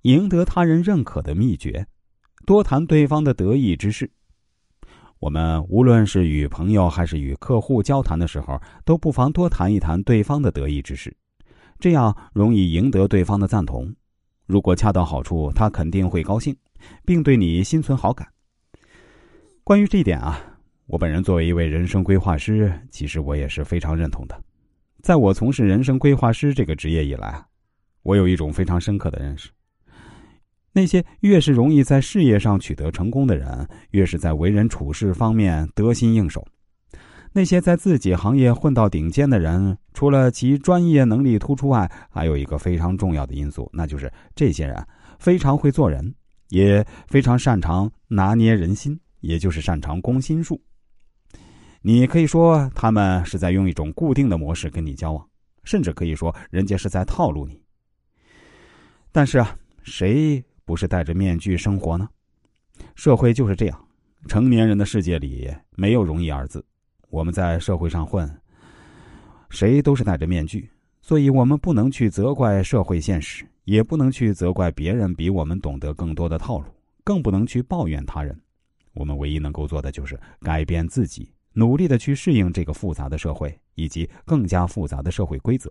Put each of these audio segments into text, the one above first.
赢得他人认可的秘诀，多谈对方的得意之事。我们无论是与朋友还是与客户交谈的时候，都不妨多谈一谈对方的得意之事，这样容易赢得对方的赞同。如果恰到好处，他肯定会高兴，并对你心存好感。关于这一点我本人作为一位人生规划师，其实我也是非常认同的。在我从事人生规划师这个职业以来，我有一种非常深刻的认识。那些越是容易在事业上取得成功的人，越是在为人处事方面得心应手。那些在自己行业混到顶尖的人，除了其专业能力突出外，还有一个非常重要的因素，那就是这些人非常会做人，也非常擅长拿捏人心，也就是擅长攻心术。你可以说他们是在用一种固定的模式跟你交往，甚至可以说人家是在套路你。但是谁不是戴着面具生活呢？社会就是这样，成年人的世界里没有容易二字。我们在社会上混，谁都是戴着面具，所以我们不能去责怪社会现实，也不能去责怪别人比我们懂得更多的套路，更不能去抱怨他人。我们唯一能够做的就是改变自己，努力的去适应这个复杂的社会以及更加复杂的社会规则。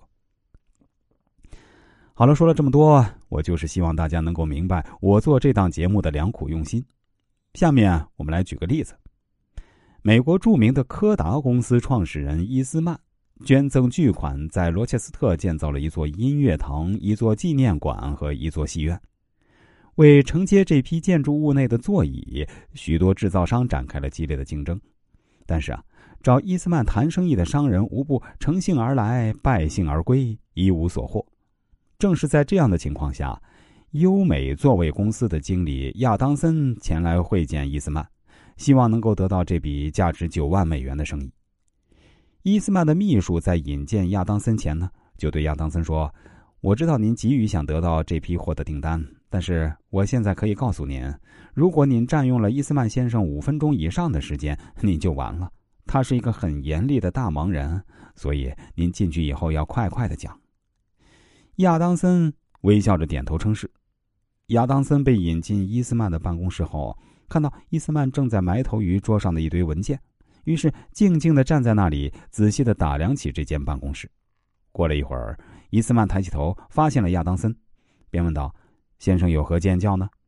好了，说了这么多，我就是希望大家能够明白我做这档节目的良苦用心。下面我们来举个例子。美国著名的柯达公司创始人伊斯曼捐赠巨款，在罗切斯特建造了一座音乐堂、一座纪念馆和一座戏院。为承接这批建筑物内的座椅，许多制造商展开了激烈的竞争。但是找伊斯曼谈生意的商人无不乘兴而来，败兴而归，一无所获。正是在这样的情况下，优美座位公司的经理亚当森前来会见伊斯曼，希望能够得到这笔价值9万美元的生意。伊斯曼的秘书在引荐亚当森前就对亚当森说：我知道您急于想得到这批货的订单，但是我现在可以告诉您，如果您占用了伊斯曼先生5分钟以上的时间，您就完了。他是一个很严厉的大忙人，所以您进去以后要快快的讲。亚当森微笑着点头称是。亚当森被引进伊斯曼的办公室后，看到伊斯曼正在埋头于桌上的一堆文件，于是静静地站在那里，仔细地打量起这间办公室。过了一会儿，伊斯曼抬起头发现了亚当森，便问道：先生有何见教呢？